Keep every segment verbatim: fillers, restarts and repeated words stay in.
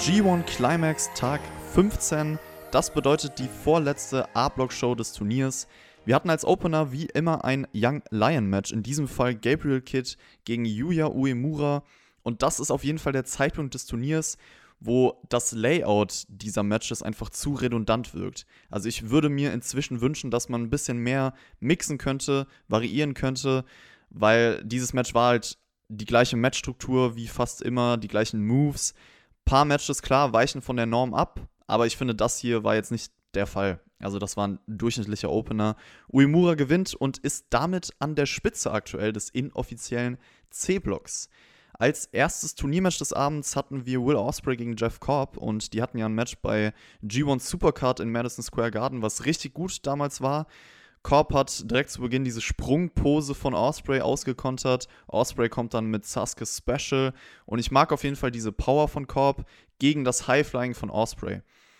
G eins Climax Tag fünfzehn, das bedeutet die vorletzte A-Block-Show des Turniers. Wir hatten als Opener wie immer ein Young Lion Match, in diesem Fall Gabriel Kidd gegen Yuya Uemura. Und das ist auf jeden Fall der Zeitpunkt des Turniers, wo das Layout dieser Matches einfach zu redundant wirkt. Also ich würde mir inzwischen wünschen, dass man ein bisschen mehr mixen könnte, variieren könnte, weil dieses Match war halt die gleiche Matchstruktur wie fast immer, die gleichen Moves. Paar Matches, klar, weichen von der Norm ab, aber ich finde, das hier war jetzt nicht der Fall. Also das war ein durchschnittlicher Opener. Uemura gewinnt und ist damit an der Spitze aktuell des inoffiziellen C-Blocks. Als erstes Turniermatch des Abends hatten wir Will Ospreay gegen Jeff Cobb und die hatten ja ein Match bei G eins Supercard in Madison Square Garden, was richtig gut damals war. Cobb hat direkt zu Beginn diese Sprungpose von Ospreay ausgekontert. Ospreay kommt dann mit Sasuke Special und ich mag auf jeden Fall diese Power von Cobb gegen das Highflying von Ospreay.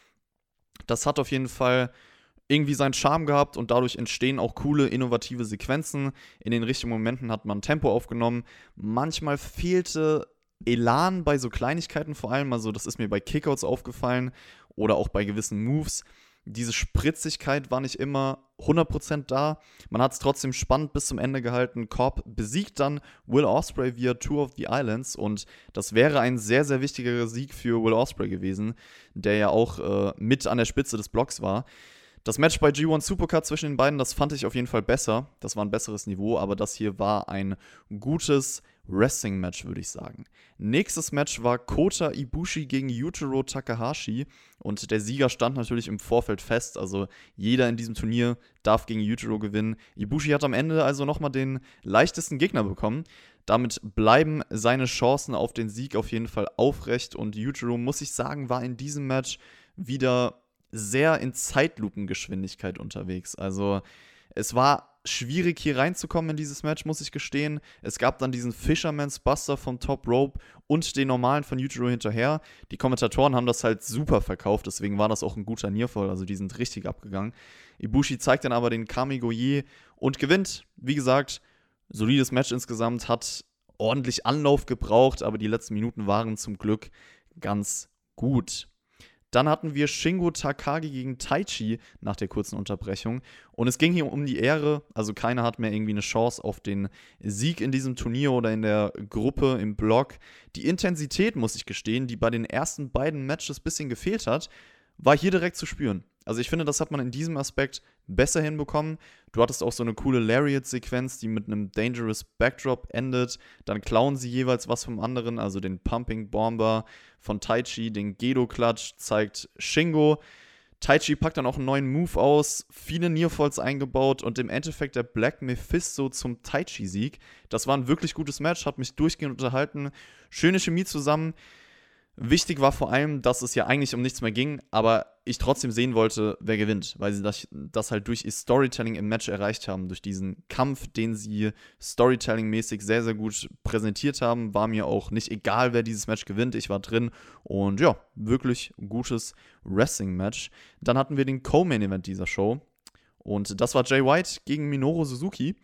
Das hat auf jeden Fall irgendwie seinen Charme gehabt und dadurch entstehen auch coole, innovative Sequenzen. In den richtigen Momenten hat man Tempo aufgenommen. Manchmal fehlte Elan bei so Kleinigkeiten vor allem, also das ist mir bei Kickouts aufgefallen oder auch bei gewissen Moves. Diese Spritzigkeit war nicht immer hundert Prozent da. Man hat es trotzdem spannend bis zum Ende gehalten. Cobb besiegt dann Will Ospreay via Tour of the Islands und das wäre ein sehr, sehr wichtiger Sieg für Will Ospreay gewesen, der ja auch äh, mit an der Spitze des Blocks war. Das Match bei G eins Supercard zwischen den beiden, das fand ich auf jeden Fall besser. Das war ein besseres Niveau, aber das hier war ein gutes Wrestling-Match, würde ich sagen. Nächstes Match war Kota Ibushi gegen Yujiro Takahashi und der Sieger stand natürlich im Vorfeld fest, also jeder in diesem Turnier darf gegen Yujiro gewinnen. Ibushi hat am Ende also nochmal den leichtesten Gegner bekommen. Damit bleiben seine Chancen auf den Sieg auf jeden Fall aufrecht und Yujiro, muss ich sagen, war in diesem Match wieder sehr in Zeitlupengeschwindigkeit unterwegs. Also es war schwierig hier reinzukommen in dieses Match, muss ich gestehen. Es gab dann diesen Fisherman's Buster vom Top Rope und den normalen von Yujiro hinterher. Die Kommentatoren haben das halt super verkauft, deswegen war das auch ein guter Nearfall, also die sind richtig abgegangen. Ibushi zeigt dann aber den Kamigoye und gewinnt. Wie gesagt, solides Match insgesamt, hat ordentlich Anlauf gebraucht, aber die letzten Minuten waren zum Glück ganz gut. Dann hatten wir Shingo Takagi gegen Taichi nach der kurzen Unterbrechung. Und es ging hier um die Ehre. Also keiner hat mehr irgendwie eine Chance auf den Sieg in diesem Turnier oder in der Gruppe, im Block. Die Intensität, muss ich gestehen, die bei den ersten beiden Matches ein bisschen gefehlt hat, war hier direkt zu spüren. Also ich finde, das hat man in diesem Aspekt besser hinbekommen. Du hattest auch so eine coole Lariat-Sequenz, die mit einem Dangerous Backdrop endet. Dann klauen sie jeweils was vom anderen, also den Pumping Bomber von Taichi, den Gedo-Clutch zeigt Shingo. Taichi packt dann auch einen neuen Move aus, viele Nearfalls eingebaut und im Endeffekt der Black Mephisto zum Taichi-Sieg. Das war ein wirklich gutes Match, hat mich durchgehend unterhalten. Schöne Chemie zusammen. Wichtig war vor allem, dass es ja eigentlich um nichts mehr ging, aber ich trotzdem sehen wollte, wer gewinnt, weil sie das, das halt durch ihr Storytelling im Match erreicht haben, durch diesen Kampf, den sie Storytelling-mäßig sehr, sehr gut präsentiert haben, war mir auch nicht egal, wer dieses Match gewinnt, ich war drin und ja, wirklich gutes Wrestling-Match. Dann hatten wir den Co-Main-Event dieser Show und das war Jay White gegen Minoru Suzuki.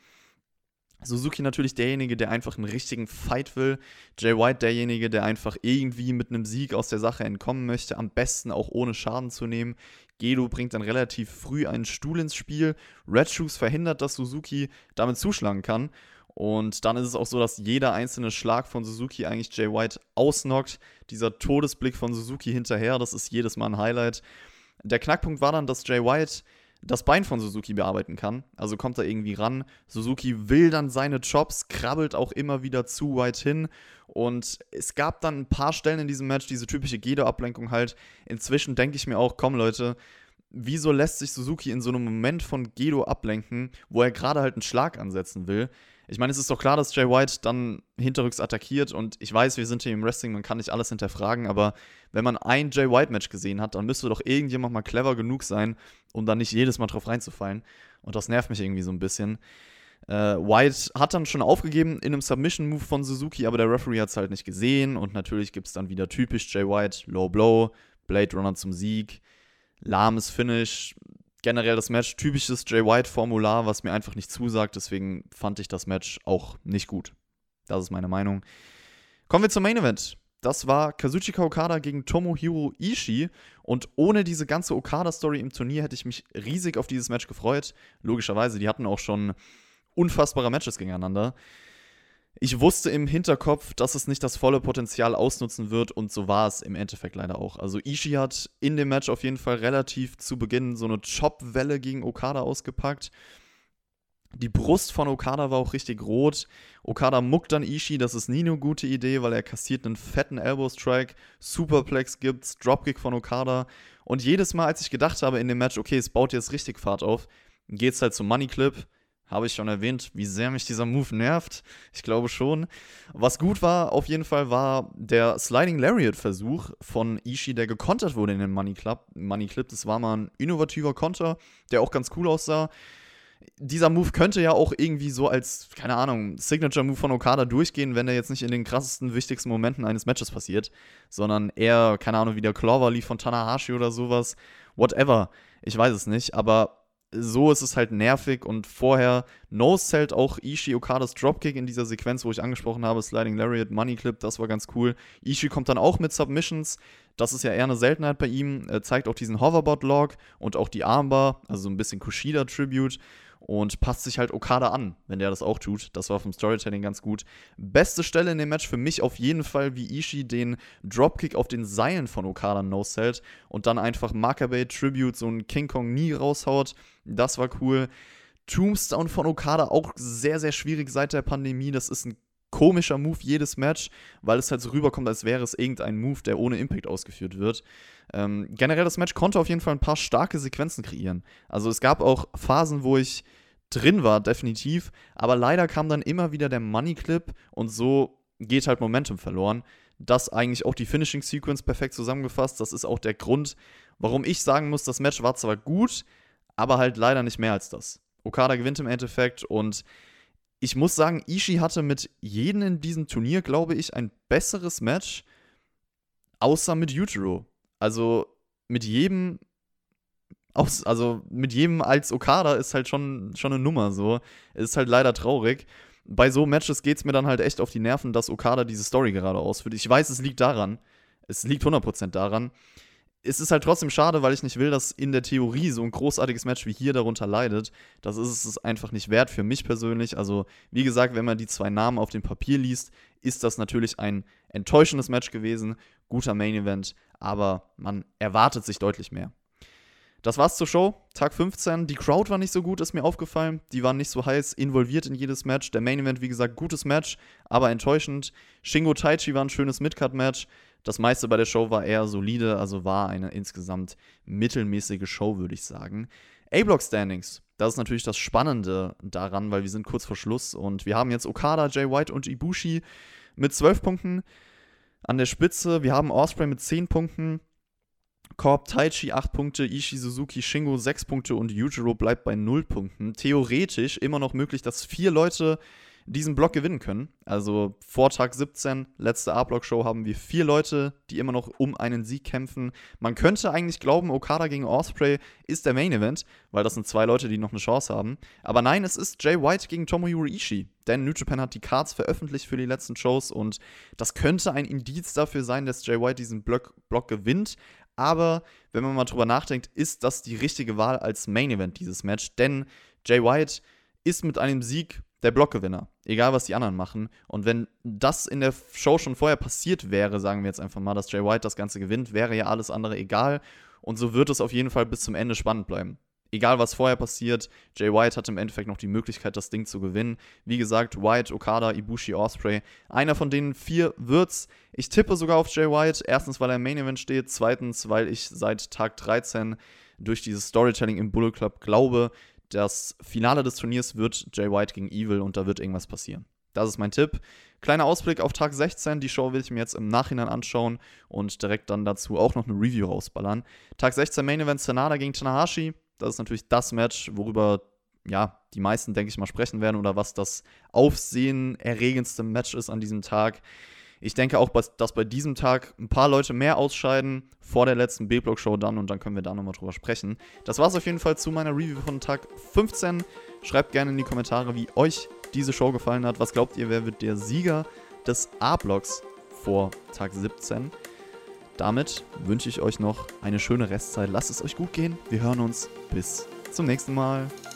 Suzuki natürlich derjenige, der einfach einen richtigen Fight will. Jay White derjenige, der einfach irgendwie mit einem Sieg aus der Sache entkommen möchte, am besten auch ohne Schaden zu nehmen. Gedo bringt dann relativ früh einen Stuhl ins Spiel. Red Shoes verhindert, dass Suzuki damit zuschlagen kann. Und dann ist es auch so, dass jeder einzelne Schlag von Suzuki eigentlich Jay White ausnockt. Dieser Todesblick von Suzuki hinterher, das ist jedes Mal ein Highlight. Der Knackpunkt war dann, dass Jay White das Bein von Suzuki bearbeiten kann. Also kommt er irgendwie ran. Suzuki will dann seine Chops, krabbelt auch immer wieder zu White hin. Und es gab dann ein paar Stellen in diesem Match, diese typische Gedo-Ablenkung halt. Inzwischen denke ich mir auch, komm Leute, wieso lässt sich Suzuki in so einem Moment von Gedo ablenken, wo er gerade halt einen Schlag ansetzen will? Ich meine, es ist doch klar, dass Jay White dann hinterrücks attackiert und ich weiß, wir sind hier im Wrestling, man kann nicht alles hinterfragen, aber wenn man ein Jay White-Match gesehen hat, dann müsste doch irgendjemand mal clever genug sein, um dann nicht jedes Mal drauf reinzufallen und das nervt mich irgendwie so ein bisschen. Äh, White hat dann schon aufgegeben in einem Submission-Move von Suzuki, aber der Referee hat es halt nicht gesehen und natürlich gibt es dann wieder typisch Jay White, Low Blow, Blade Runner zum Sieg, lahmes Finish. Generell das Match, typisches Jay White-Formular, was mir einfach nicht zusagt, deswegen fand ich das Match auch nicht gut. Das ist meine Meinung. Kommen wir zum Main Event. das war Kazuchika Okada gegen Tomohiro Ishii. Und ohne diese ganze Okada-Story im Turnier hätte ich mich riesig auf dieses Match gefreut. Logischerweise, die hatten auch schon unfassbare Matches gegeneinander. Ich wusste im Hinterkopf, dass es nicht das volle Potenzial ausnutzen wird, und so war es im Endeffekt leider auch. Also Ishii hat in dem Match auf jeden Fall relativ zu Beginn so eine Chop-Welle gegen Okada ausgepackt. Die Brust von Okada war auch richtig rot. Okada muckt dann Ishii, das ist nie eine gute Idee, weil er kassiert einen fetten Elbow-Strike, Superplex gibt's, Dropkick von Okada. Und jedes Mal, als ich gedacht habe in dem Match, okay, es baut jetzt richtig Fahrt auf, geht's halt zum Money Clip. Habe ich schon erwähnt, wie sehr mich dieser Move nervt. Ich glaube schon. Was gut war, auf jeden Fall, war der Sliding Lariat-Versuch von Ishii, der gekontert wurde in den Money Club. Money Clip. Das war mal ein innovativer Konter, der auch ganz cool aussah. Dieser Move könnte ja auch irgendwie so als, keine Ahnung, Signature-Move von Okada durchgehen, wenn der jetzt nicht in den krassesten, wichtigsten Momenten eines Matches passiert, sondern eher, keine Ahnung, wie der Clover lief von Tanahashi oder sowas. Whatever. Ich weiß es nicht, aber so ist es halt nervig, und vorher no-sellt auch Ishii Okadas Dropkick in dieser Sequenz, wo ich angesprochen habe, Sliding Lariat, Money Clip, das war ganz cool. Ishii kommt dann auch mit Submissions, das ist ja eher eine Seltenheit bei ihm, er zeigt auch diesen Hoverboard-Log und auch die Armbar, also so ein bisschen Kushida-Tribute, und passt sich halt Okada an, wenn der das auch tut. Das war vom Storytelling ganz gut. Beste Stelle in dem Match für mich auf jeden Fall, wie Ishii den Dropkick auf den Seilen von Okada no-sellt und dann einfach Makabe Tribute, so ein King Kong Knee raushaut. Das war cool. Tombstone von Okada auch sehr, sehr schwierig seit der Pandemie. Das ist ein komischer Move jedes Match, weil es halt so rüberkommt, als wäre es irgendein Move, der ohne Impact ausgeführt wird. Ähm, generell, das Match konnte auf jeden Fall ein paar starke Sequenzen kreieren. Also es gab auch Phasen, wo ich drin war, definitiv, aber leider kam dann immer wieder der Money Clip und so geht halt Momentum verloren. Das eigentlich auch die Finishing Sequence perfekt zusammengefasst. Das ist auch der Grund, warum ich sagen muss, das Match war zwar gut, aber halt leider nicht mehr als das. Okada gewinnt im Endeffekt, und ich muss sagen, Ishii hatte mit jedem in diesem Turnier, glaube ich, ein besseres Match, außer mit Yujiro. Also mit jedem, aus, also mit jedem als Okada ist halt schon, schon eine Nummer so. Ist halt leider traurig. Bei so Matches geht es mir dann halt echt auf die Nerven, dass Okada diese Story gerade ausführt. Ich weiß, es liegt daran. Es liegt hundert Prozent daran. Es ist halt trotzdem schade, weil ich nicht will, dass in der Theorie so ein großartiges Match wie hier darunter leidet. Das ist es einfach nicht wert für mich persönlich. Also, wie gesagt, wenn man die zwei Namen auf dem Papier liest, ist das natürlich ein enttäuschendes Match gewesen. Guter Main-Event, aber man erwartet sich deutlich mehr. Das war's zur Show, Tag fünfzehn. Die Crowd war nicht so gut, ist mir aufgefallen. Die waren nicht so heiß involviert in jedes Match. Der Main-Event, wie gesagt, gutes Match, aber enttäuschend. Shingo Taichi war ein schönes Mid-Card-Match. Das meiste bei der Show war eher solide, also war eine insgesamt mittelmäßige Show, würde ich sagen. A-Block-Standings, das ist natürlich das Spannende daran, weil wir sind kurz vor Schluss und wir haben jetzt Okada, Jay White und Ibushi mit zwölf Punkten an der Spitze. Wir haben Ospreay mit zehn Punkten, Korb, Taichi acht Punkte, Ishii, Suzuki, Shingo sechs Punkte und Yujiro bleibt bei null Punkten. Theoretisch immer noch möglich, dass vier Leute diesen Block gewinnen können. Also vor Tag siebzehn, letzte A-Block-Show, haben wir vier Leute, die immer noch um einen Sieg kämpfen. Man könnte eigentlich glauben, Okada gegen Ospreay ist der Main-Event, weil das sind zwei Leute, die noch eine Chance haben. Aber nein, es ist Jay White gegen Tomohiro Ishii. Denn New Japan hat die Cards veröffentlicht für die letzten Shows und das könnte ein Indiz dafür sein, dass Jay White diesen Block, Block gewinnt. Aber wenn man mal drüber nachdenkt, ist das die richtige Wahl als Main-Event, dieses Match. Denn Jay White ist mit einem Sieg der Blockgewinner, egal was die anderen machen. Und wenn das in der Show schon vorher passiert wäre, sagen wir jetzt einfach mal, dass Jay White das Ganze gewinnt, wäre ja alles andere egal. Und so wird es auf jeden Fall bis zum Ende spannend bleiben. Egal was vorher passiert, Jay White hat im Endeffekt noch die Möglichkeit, das Ding zu gewinnen. Wie gesagt, White, Okada, Ibushi, Ospreay. Einer von den vier wird's. Ich tippe sogar auf Jay White. Erstens, weil er im Main Event steht. Zweitens, weil ich seit Tag dreizehn durch dieses Storytelling im Bullet Club glaube, das Finale des Turniers wird Jay White gegen Evil und da wird irgendwas passieren. Das ist mein Tipp. Kleiner Ausblick auf Tag sechzehn. Die Show will ich mir jetzt im Nachhinein anschauen und direkt dann dazu auch noch eine Review rausballern. Tag sechzehn Main Event Sanada gegen Tanahashi. Das ist natürlich das Match, worüber ja die meisten, denke ich mal, sprechen werden oder was das aufsehenerregendste Match ist an diesem Tag. Ich denke auch, dass bei diesem Tag ein paar Leute mehr ausscheiden vor der letzten B-Block-Show dann und dann können wir da nochmal drüber sprechen. Das war es auf jeden Fall zu meiner Review von Tag fünfzehn. Schreibt gerne in die Kommentare, wie euch diese Show gefallen hat. Was glaubt ihr, wer wird der Sieger des A-Blocks vor Tag siebzehn. Damit wünsche ich euch noch eine schöne Restzeit. Lasst es euch gut gehen. Wir hören uns. Bis zum nächsten Mal.